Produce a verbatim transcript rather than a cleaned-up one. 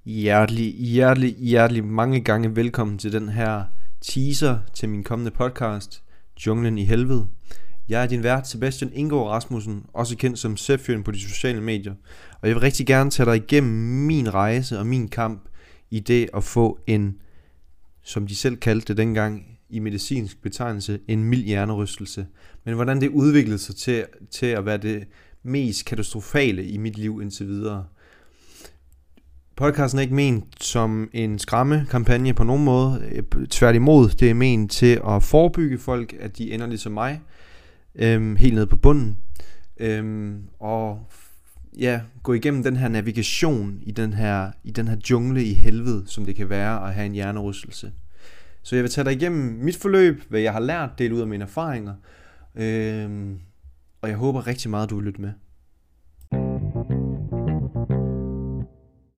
Hjertelig, hjertelig, hjertelig mange gange velkommen til den her teaser til min kommende podcast, Junglen i Helvede. Jeg er din vært, Sebastian Ingegaard Rasmussen, også kendt som Zephyren på de sociale medier. Og jeg vil rigtig gerne tage dig igennem min rejse og min kamp i det at få en, som de selv kaldte det dengang i medicinsk betegnelse, en mild hjernerystelse. Men hvordan det udviklede sig til, til at være det mest katastrofale i mit liv indtil videre. Podcasten er ikke ment som en skræmmekampagne på nogen måde. Tværtimod, det er ment til at forebygge folk, at de ender ligesom mig, øhm, helt nede på bunden. Øhm, og ja, gå igennem den her navigation i den her, i den her jungle i helvede, som det kan være at have en hjernerystelse. Så jeg vil tage dig igennem mit forløb, hvad jeg har lært, dele ud af mine erfaringer. Øhm, og jeg håber rigtig meget, du vil lytte med.